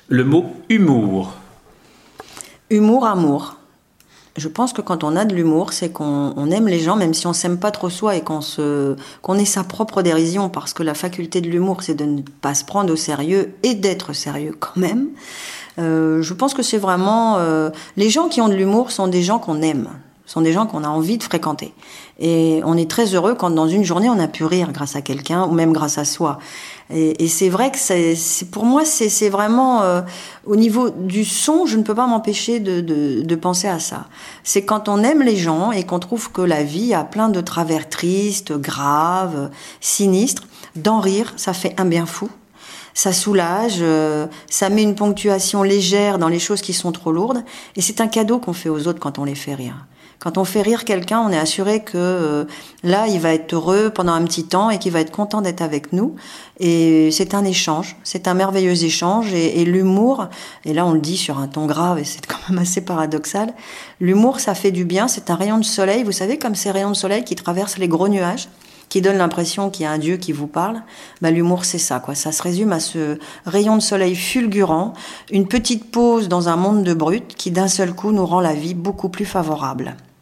Le mot humour. Humour, amour. Je pense que quand on a de l'humour, c'est qu'on aime les gens, même si on s'aime pas trop soi et qu'on ait sa propre dérision, parce que la faculté de l'humour, c'est de ne pas se prendre au sérieux et d'être sérieux quand même. Je pense que c'est vraiment... les gens qui ont de l'humour sont des gens qu'on aime, sont des gens qu'on a envie de fréquenter. Et on est très heureux quand dans une journée, on a pu rire grâce à quelqu'un, ou même grâce à soi. Et c'est vrai que pour moi, c'est vraiment... au niveau du son, je ne peux pas m'empêcher de penser à ça. C'est quand on aime les gens et qu'on trouve que la vie a plein de travers tristes, graves, sinistres, d'en rire, ça fait un bien fou. Ça soulage, ça met une ponctuation légère dans les choses qui sont trop lourdes. Et c'est un cadeau qu'on fait aux autres quand on les fait rire. Quand on fait rire quelqu'un, on est assuré que là, il va être heureux pendant un petit temps et qu'il va être content d'être avec nous. Et c'est un échange, c'est un merveilleux échange. Et l'humour, et là on le dit sur un ton grave et c'est quand même assez paradoxal, l'humour ça fait du bien, c'est un rayon de soleil, vous savez comme ces rayons de soleil qui traversent les gros nuages, qui donnent l'impression qu'il y a un Dieu qui vous parle. Bah, l'humour, c'est ça, quoi. Ça se résume à ce rayon de soleil fulgurant, une petite pause dans un monde de brutes qui d'un seul coup nous rend la vie beaucoup plus favorable.